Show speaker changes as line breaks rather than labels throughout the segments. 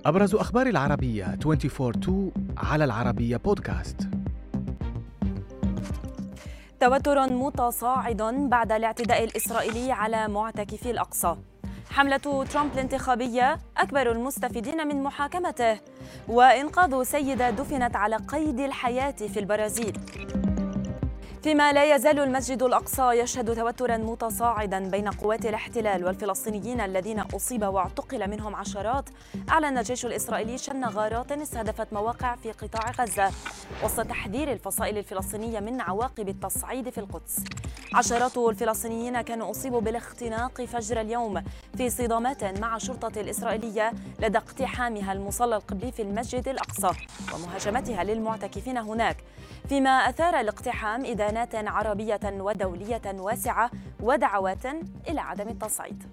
أبرز أخبار العربية 24/2 على العربية بودكاست.
توتر متصاعد بعد الاعتداء الإسرائيلي على معتكفي الأقصى. حملة ترامب الانتخابية أكبر المستفيدين من محاكمته. وإنقاذ سيدة دفنت على قيد الحياة في البرازيل. فيما لا يزال المسجد الأقصى يشهد توتراً متصاعداً بين قوات الاحتلال والفلسطينيين الذين أصيب واعتقل منهم عشرات، أعلن الجيش الإسرائيلي شن غارات استهدفت مواقع في قطاع غزة وسط تحذير الفصائل الفلسطينية من عواقب التصعيد في القدس. عشرات الفلسطينيين كانوا أصيبوا بالاختناق فجر اليوم في صدامات مع الشرطة الإسرائيلية لدى اقتحامها المصلى القبلي في المسجد الأقصى ومهاجمتها للمعتكفين هناك، فيما أثار الاقتحام إدانات عربية ودولية واسعة ودعوات إلى عدم التصعيد.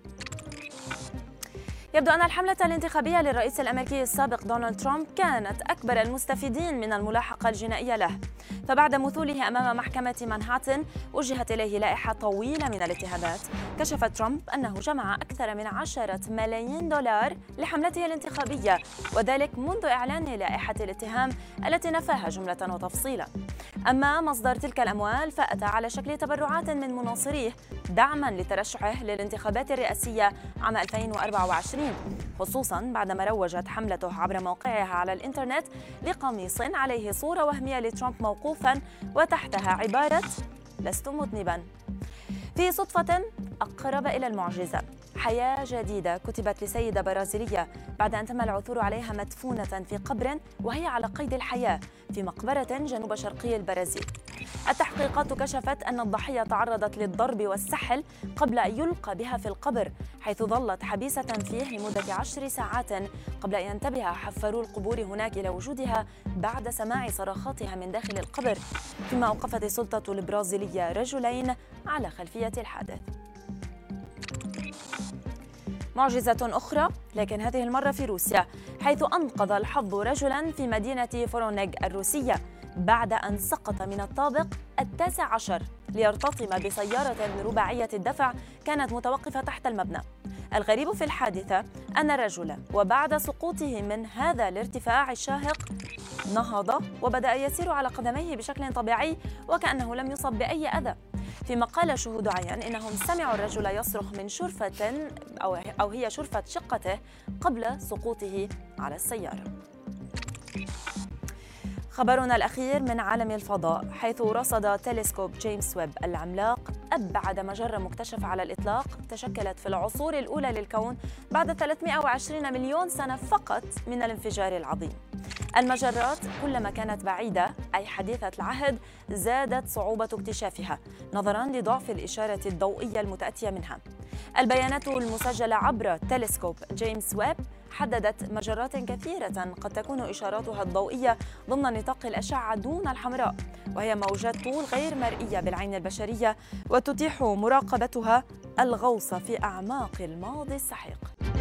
يبدو أن الحملة الانتخابية للرئيس الأمريكي السابق دونالد ترامب كانت أكبر المستفيدين من الملاحقة الجنائية له، فبعد مثوله أمام محكمة مانهاتن وجهت إليه لائحة طويلة من الاتهامات. كشف ترامب أنه جمع أكثر من 10 ملايين دولار لحملته الانتخابية، وذلك منذ إعلان لائحة الاتهام التي نفاها جملة وتفصيلا. أما مصدر تلك الأموال فأتى على شكل تبرعات من مناصريه دعما لترشحه للانتخابات الرئاسية عام 2024، خصوصاً بعدما روجت حملته عبر موقعها على الإنترنت لقميص عليه صورة وهمية لترامب موقوفاً وتحتها عبارة "لست مذنباً". في صدفة أقرب إلى المعجزة، حياة جديدة كتبت لسيدة برازيلية بعد أن تم العثور عليها مدفونة في قبر وهي على قيد الحياة في مقبرة جنوب شرقي البرازيل. التحقيقات كشفت أن الضحية تعرضت للضرب والسحل قبل أن يلقى بها في القبر، حيث ظلت حبيسة فيه لمدة 10 ساعات قبل أن ينتبه حفارو القبور هناك إلى وجودها بعد سماع صراخاتها من داخل القبر، فيما أوقفت السلطة البرازيلية رجلين على خلفية الحادث. معجزة أخرى، لكن هذه المرة في روسيا، حيث أنقذ الحظ رجلاً في مدينة فورونيغ الروسية بعد أن سقط من الطابق 19 ليرتطم بسيارة رباعية الدفع كانت متوقفة تحت المبنى. الغريب في الحادثة أن الرجل وبعد سقوطه من هذا الارتفاع الشاهق نهض وبدأ يسير على قدميه بشكل طبيعي وكأنه لم يصب بأي أذى، فيما قال شهود عيان إنهم سمعوا الرجل يصرخ من شرفة أو هي شرفة شقته قبل سقوطه على السيارة. خبرنا الأخير من عالم الفضاء، حيث رصد تلسكوب جيمس ويب العملاق أبعد مجرة مكتشفة على الإطلاق تشكلت في العصور الأولى للكون بعد 320 مليون سنة فقط من الانفجار العظيم. المجرات كلما كانت بعيدة أي حديثة العهد زادت صعوبة اكتشافها نظراً لضعف الإشارة الضوئية المتأتية منها. البيانات المسجلة عبر تلسكوب جيمس ويب حددت مجرات كثيرة قد تكون إشاراتها الضوئية ضمن نطاق الأشعة دون الحمراء، وهي موجات طول غير مرئية بالعين البشرية وتتيح مراقبتها الغوص في أعماق الماضي السحيق.